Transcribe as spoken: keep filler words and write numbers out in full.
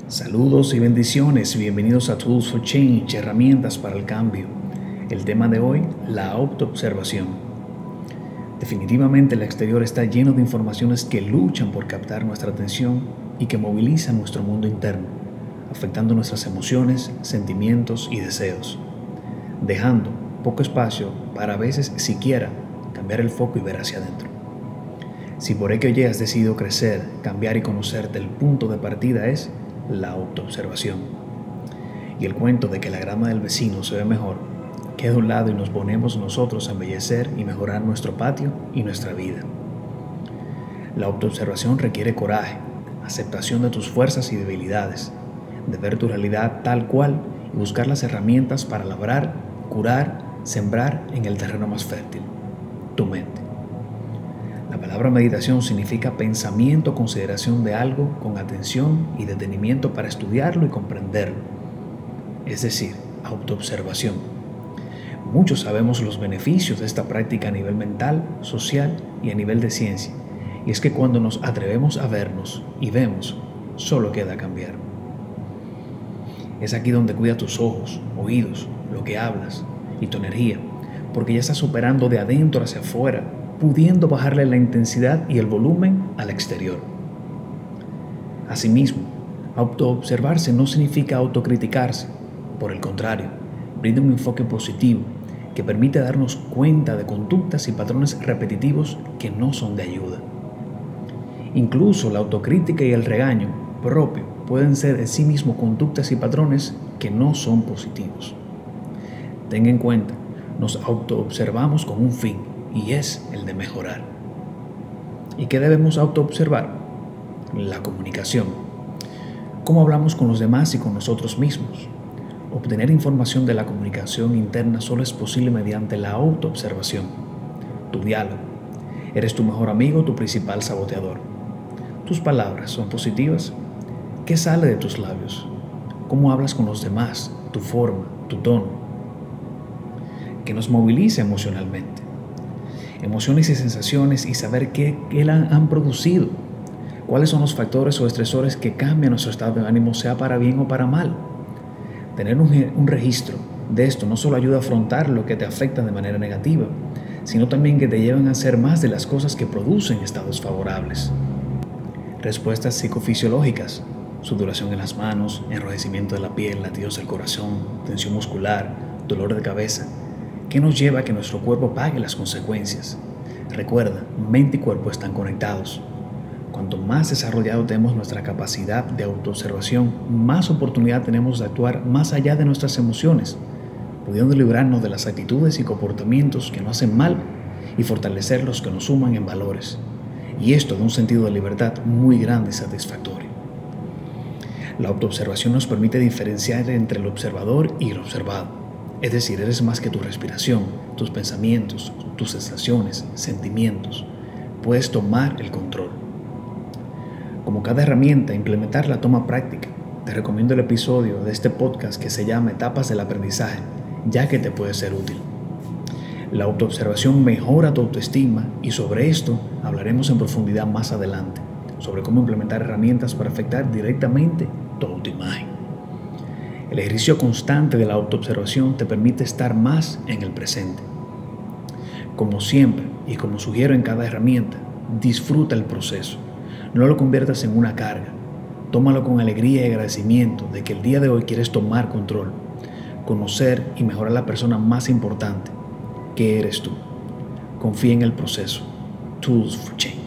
Saludos y bendiciones, bienvenidos a Tools for Change, herramientas para el cambio. El tema de hoy, la autoobservación. Definitivamente el exterior está lleno de informaciones que luchan por captar nuestra atención y que movilizan nuestro mundo interno, afectando nuestras emociones, sentimientos y deseos, dejando poco espacio para a veces siquiera cambiar el foco y ver hacia adentro. Si por ello ya has decidido crecer, cambiar y conocerte, el punto de partida es la autoobservación. Y el cuento de que la grama del vecino se ve mejor queda a un lado y nos ponemos nosotros a embellecer y mejorar nuestro patio y nuestra vida. La autoobservación requiere coraje, aceptación de tus fuerzas y debilidades, de ver tu realidad tal cual y buscar las herramientas para labrar, curar, sembrar en el terreno más fértil, tu mente. La palabra meditación significa pensamiento o consideración de algo con atención y detenimiento para estudiarlo y comprenderlo, es decir, autoobservación. Muchos sabemos los beneficios de esta práctica a nivel mental, social y a nivel de ciencia, y es que cuando nos atrevemos a vernos y vemos, solo queda cambiar. Es aquí donde cuida tus ojos, oídos, lo que hablas y tu energía, porque ya estás operando de adentro hacia afuera, pudiendo bajarle la intensidad y el volumen al exterior. Asimismo, autoobservarse no significa autocriticarse, por el contrario, brinda un enfoque positivo que permite darnos cuenta de conductas y patrones repetitivos que no son de ayuda. Incluso la autocrítica y el regaño propio pueden ser en sí mismos conductas y patrones que no son positivos. Ten en cuenta, nos autoobservamos con un fin, y es el de mejorar. ¿Y qué debemos autoobservar? La comunicación. ¿Cómo hablamos con los demás y con nosotros mismos? Obtener información de la comunicación interna solo es posible mediante la autoobservación. Tu diálogo. ¿Eres tu mejor amigo o tu principal saboteador? ¿Tus palabras son positivas? ¿Qué sale de tus labios? ¿Cómo hablas con los demás? ¿Tu forma? ¿Tu tono? ¿Qué nos moviliza emocionalmente? Emociones y sensaciones y saber qué, qué la han producido. ¿Cuáles son los factores o estresores que cambian nuestro estado de ánimo, sea para bien o para mal? Tener un, un registro de esto no solo ayuda a afrontar lo que te afecta de manera negativa, sino también que te llevan a hacer más de las cosas que producen estados favorables. Respuestas psicofisiológicas: sudoración en las manos, enrojecimiento de la piel, latidos del corazón, tensión muscular, dolor de cabeza. ¿Qué nos lleva a que nuestro cuerpo pague las consecuencias? Recuerda, mente y cuerpo están conectados. Cuanto más desarrollado tenemos nuestra capacidad de autoobservación, más oportunidad tenemos de actuar más allá de nuestras emociones, pudiendo librarnos de las actitudes y comportamientos que nos hacen mal y fortalecer los que nos suman en valores. Y esto da un sentido de libertad muy grande y satisfactorio. La autoobservación nos permite diferenciar entre el observador y el observado. Es decir, eres más que tu respiración, tus pensamientos, tus sensaciones, sentimientos. Puedes tomar el control. Como cada herramienta, implementarla toma práctica. Te recomiendo el episodio de este podcast que se llama Etapas del Aprendizaje, ya que te puede ser útil. La autoobservación mejora tu autoestima y sobre esto hablaremos en profundidad más adelante, sobre cómo implementar herramientas para afectar directamente tu autoimagen. El ejercicio constante de la autoobservación te permite estar más en el presente. Como siempre y como sugiero en cada herramienta, disfruta el proceso. No lo conviertas en una carga. Tómalo con alegría y agradecimiento de que el día de hoy quieres tomar control, conocer y mejorar la persona más importante, que eres tú. Confía en el proceso. Tools for Change.